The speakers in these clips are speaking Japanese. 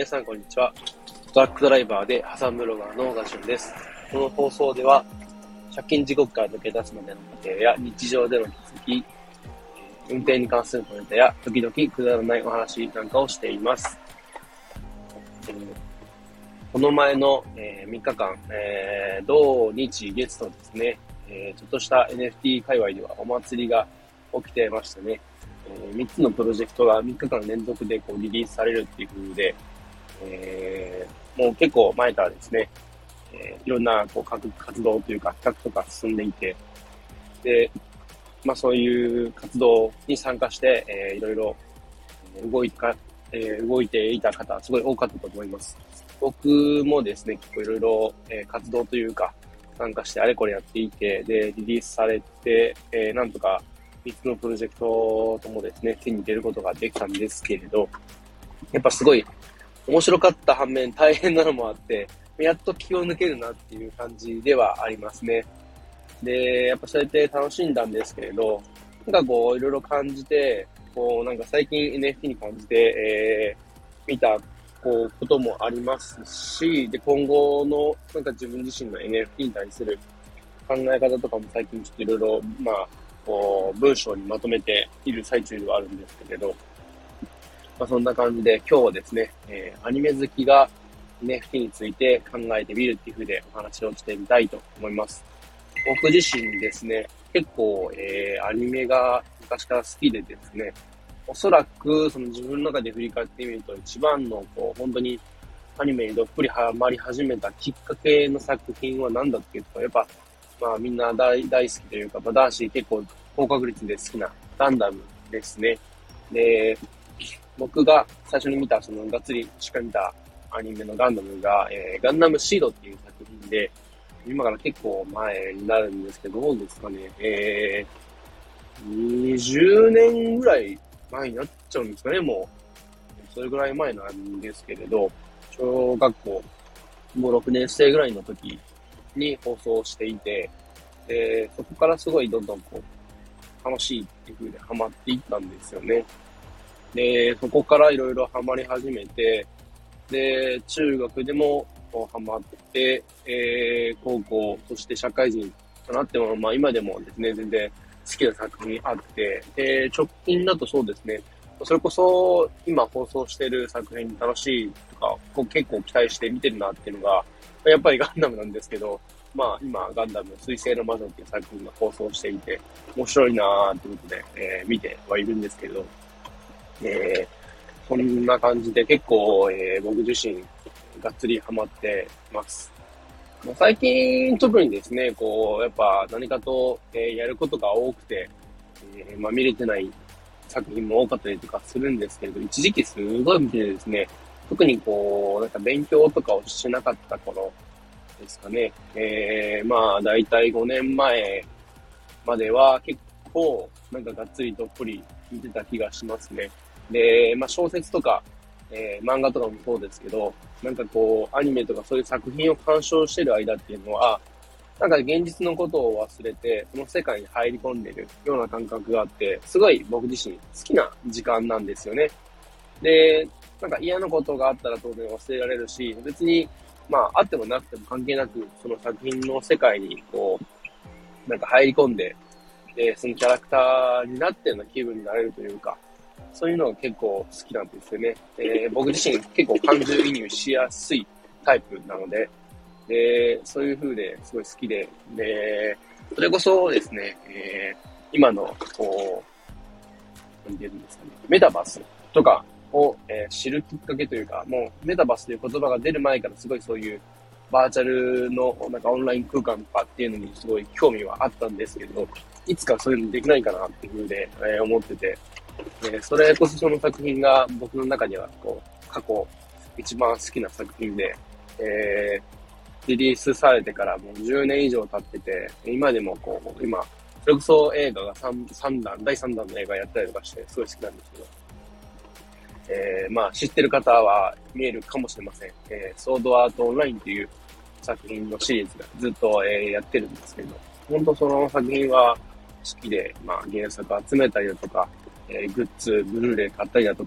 皆さんこんにちは。トラックドライバーでハサンブロガーのガジュンです。この放送では、借金地獄から抜け出すまでの過程や日常での気づき、運転に関するポイントや時々くだらないお話なんかをしています。この前の3日間、土日月とですね、ちょっとした NFT 界隈ではお祭りが起きてましたね。3つのプロジェクトが3日間連続でリリースされるっていう風で、もう結構前からですね、いろんな活動というか企画とか進んでいて、で、そういう活動に参加して、いろいろ動いていた方、すごい多かったと思います。僕もですね、結構いろいろ活動というか、参加してあれこれやっていて、で、リリースされて、なんとか3つのプロジェクトともですね、手に入れることができたんですけれど、やっぱすごい面白かった反面大変なのもあって、やっと気を抜けるなっていう感じではありますね。で、やっぱそうやって楽しんだんですけれど、いろいろ感じて、最近 NFT に感じて、見た、こともありますし、で、今後の、自分自身の NFT に対する考え方とかも最近ちょっといろいろ、文章にまとめている最中ではあるんですけれど、そんな感じで今日はですね、アニメ好きが NFT について考えてみるっていう風でお話をしてみたいと思います。僕自身ですね、結構、アニメが昔から好きでですね、おそらくその自分の中で振り返ってみると一番の本当にアニメにどっぷりハマり始めたきっかけの作品は何だっていうと、やっぱみんな大好きというか、男子結構高確率で好きなガンダムですね。で、僕が最初に見た、そのがっつりしっかり見たアニメのガンダムが、ガンダムシードっていう作品で、今から結構前になるんですけど、どうですかね、20年ぐらい前になっちゃうんですかね、もう。それぐらい前なんですけれど、小学校もう6年生ぐらいの時に放送していて、で、そこからすごいどんどん楽しいっていう風でハマっていったんですよね。で、そこからいろいろハマり始めて、で、中学でもハマって、高校、そして社会人となっても、今でもですね、全然好きな作品あって、で、直近だとそうですね、それこそ今放送してる作品楽しいとか、結構期待して見てるなっていうのが、やっぱりガンダムなんですけど、今ガンダム水星の魔女っていう作品が放送していて、面白いなーってことで、見てはいるんですけど、こんな感じで結構、僕自身がっつりハマってます。最近特にですね、やっぱ何かと、やることが多くて、見れてない作品も多かったりとかするんですけれど、一時期すごい見ててですね、特に勉強とかをしなかった頃ですかね、だいたい5年前までは結構、がっつりどっぷり見てた気がしますね。で、小説とか、漫画とかもそうですけど、アニメとかそういう作品を鑑賞してる間っていうのは、現実のことを忘れて、その世界に入り込んでるような感覚があって、すごい僕自身好きな時間なんですよね。で、嫌なことがあったら当然忘れられるし、別に、あってもなくても関係なく、その作品の世界に入り込んで、で、そのキャラクターになったような気分になれるというか、そういうのが結構好きなんですよね。僕自身結構感情移入しやすいタイプなので、そういう風ですごい好きで、で、それこそですね、今の、なんていうんですかね、メタバースとかを、知るきっかけというか、もうメタバースという言葉が出る前からすごいそういうバーチャルのオンライン空間とかっていうのにすごい興味はあったんですけど、いつかそういうのできないかなっていう風で、思ってて、それこそその作品が僕の中では過去一番好きな作品で、リリースされてからもう10年以上経ってて、今でも今、それこそ映画が第3弾の映画やったりとかしてすごい好きなんですけど、知ってる方は見えるかもしれません。ソードアートオンラインっていう作品のシリーズがずっと、やってるんですけど、本当その作品は好きで、原作集めたりだとか、グッズ、ブルーレイ買ったりだとか、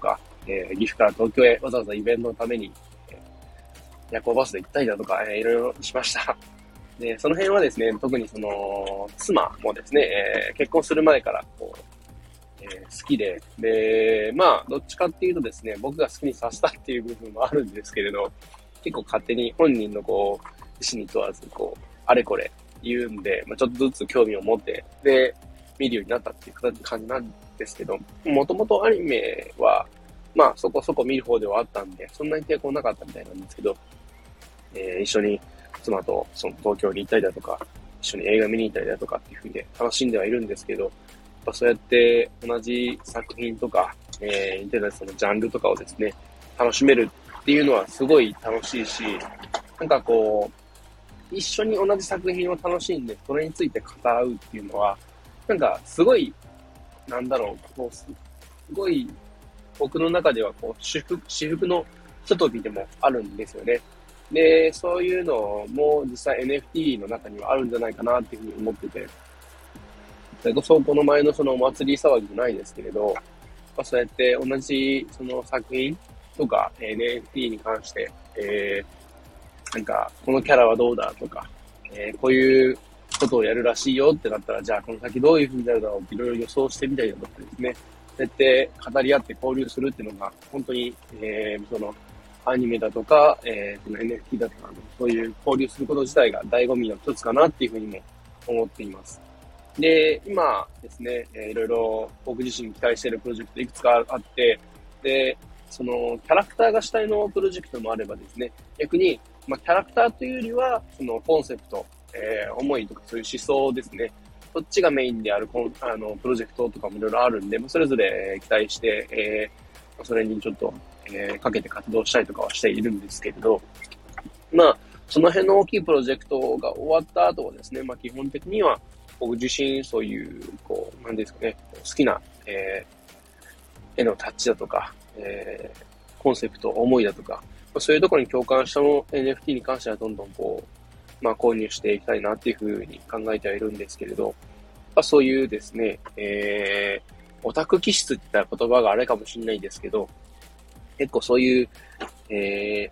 岐阜から東京へわざわざイベントのために、夜行バスで行ったりだとか、いろいろしました。で、その辺はですね、特にその、妻もですね、結婚する前から、こう、好きで、で、まあ、どっちかっていうとですね、僕が好きにさせたっていう部分もあるんですけれど、結構勝手に本人のこう、意思に問わず、こう、あれこれ言うんで、まあ、ちょっとずつ興味を持って、で、見るようになったっていう感じなんですけど、もともとアニメは、まあ、そこそこ見る方ではあったんで、そんなに抵抗なかったみたいなんですけど、一緒に妻とその東京に行ったりだとか、一緒に映画見に行ったりだとかっていう風に楽しんではいるんですけど、そうやって同じ作品とか、インターネットのジャンルとかをですね、楽しめるっていうのはすごい楽しいし、なんかこう、一緒に同じ作品を楽しんで、それについて語らうっていうのは、なんかすごい、なんだろう、こう、すごい僕の中ではこう、至福のひとときでもあるんですよね。で、そういうのも実際 NFT の中にはあるんじゃないかなっていうふうに思ってて、それこそこの前のそのお祭り騒ぎじゃないですけれど、まあ、そうやって同じその作品とか NFT に関して、なんかこのキャラはどうだとか、こういうことをやるらしいよってなったら、じゃあこの先どういう風になるだろうっていろいろ予想してみたりだとかですね、そうやって語り合って交流するっていうのが、本当に、そのアニメだとか、その NFT だとか、そういう交流すること自体が醍醐味の一つかなっていうふうにも思っています。で、今ですね、いろいろ僕自身期待しているプロジェクトいくつかあって、で、そのキャラクターが主体のプロジェクトもあればですね、逆に、まあ、キャラクターというよりは、そのコンセプト、思いとかそういう思想ですね。そっちがメインであるプロジェクトとかもいろいろあるんで、それぞれ期待して、それにちょっと、かけて活動したりとかはしているんですけれど、まあ、その辺の大きいプロジェクトが終わった後はですね、まあ基本的には僕自身そういう、こう、なんですかね、好きな、絵のタッチだとか、コンセプト、思いだとか、そういうところに共感したの NFT に関してはどんどんこう、まあ購入していきたいなっていうふうに考えてはいるんですけれど、まあ、そういうですね、オタク気質って言ったら言葉があれかもしれないですけど、結構そういう、え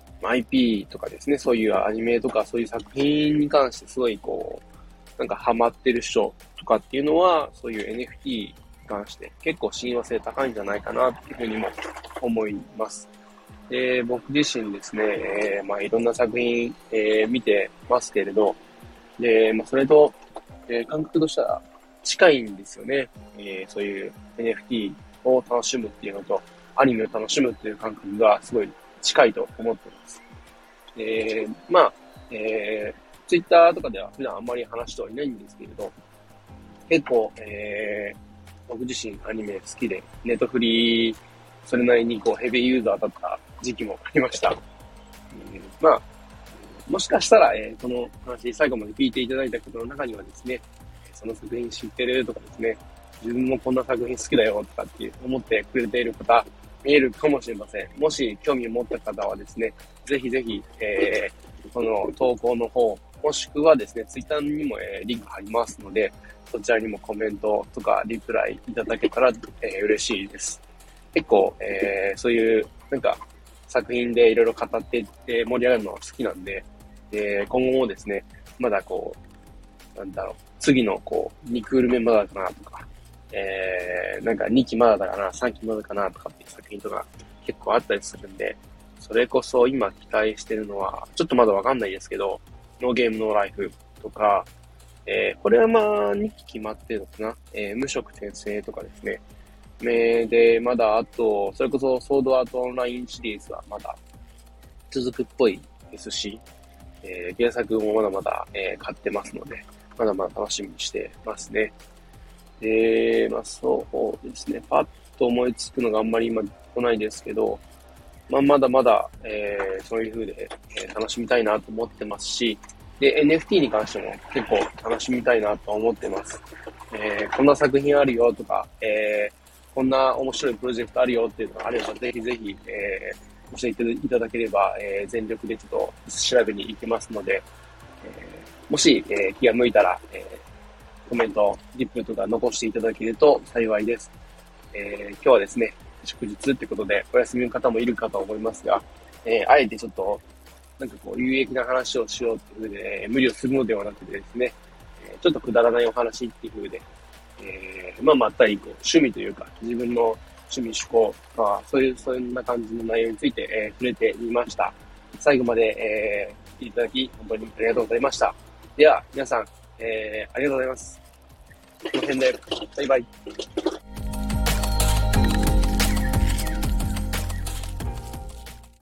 IP とかですね、そういうアニメとかそういう作品に関してすごいこう、なんかハマってる人とかっていうのは、そういう NFT に関して結構親和性高いんじゃないかなっていうふうにも思います。で、僕自身ですね、まあいろんな作品、見てますけれど、で、まあそれと、感覚としては近いんですよね。そういう NFT を楽しむっていうのと、アニメを楽しむっていう感覚がすごい近いと思っています。まあ、ツイッターとかでは普段あんまり話してはいないんですけれど、結構、僕自身アニメ好きで、ネットフリそれなりにこうヘビーユーザーだった時期もありました。まあ、もしかしたら、この話最後まで聞いていただいた方の中にはですね、その作品知ってるとかですね、自分もこんな作品好きだよとかって思ってくれている方、見えるかもしれません。もし興味を持った方はですね、ぜひぜひ、この投稿の方、もしくはですね、ツイッターにも、リンク貼りますので、そちらにもコメントとかリプライいただけたら、嬉しいです。結構、そういう、なんか、作品でいろいろ語っていって盛り上がるのは好きなんで、今後もですね、まだこう、なんだろう、次のこう、2クール目まだかなとか、なんか2期まだだかな、3期まだかなとかっていう作品とか結構あったりするんで、それこそ今期待してるのは、ちょっとまだわかんないですけど、ノーゲームノーライフとか、これはまあ2期決まってるのかな、無職転生とかですね。で、まだあと、それこそソードアートオンラインシリーズはまだ続くっぽいですし、原作もまだまだ、買ってますので、まだまだ楽しみにしてますね。まあそうですね。パッと思いつくのがあんまり今来ないですけど、まあまだまだ、そういう風で、楽しみたいなと思ってますし、で、NFT に関しても結構楽しみたいなと思ってます。こんな作品あるよとか、こんな面白いプロジェクトあるよっていうのがあれば、ぜひぜひ、教えていただければ、全力でちょっと調べに行きますので、もし、気が向いたら、コメント、リップとか残していただけると幸いです。今日はですね、 祝日ってことでお休みの方もいるかと思いますが、あえてちょっと、なんかこう、有益な話をしようっていうふうで、無理をするのではなくてですね、ちょっとくだらないお話っていうふうで、まったりこう趣味というか、自分の趣味趣向とか、そんな感じの内容について、触れてみました。最後まで、聞いていただき、本当にありがとうございました。では、皆さん、ありがとうございます。この辺で、バイバイ。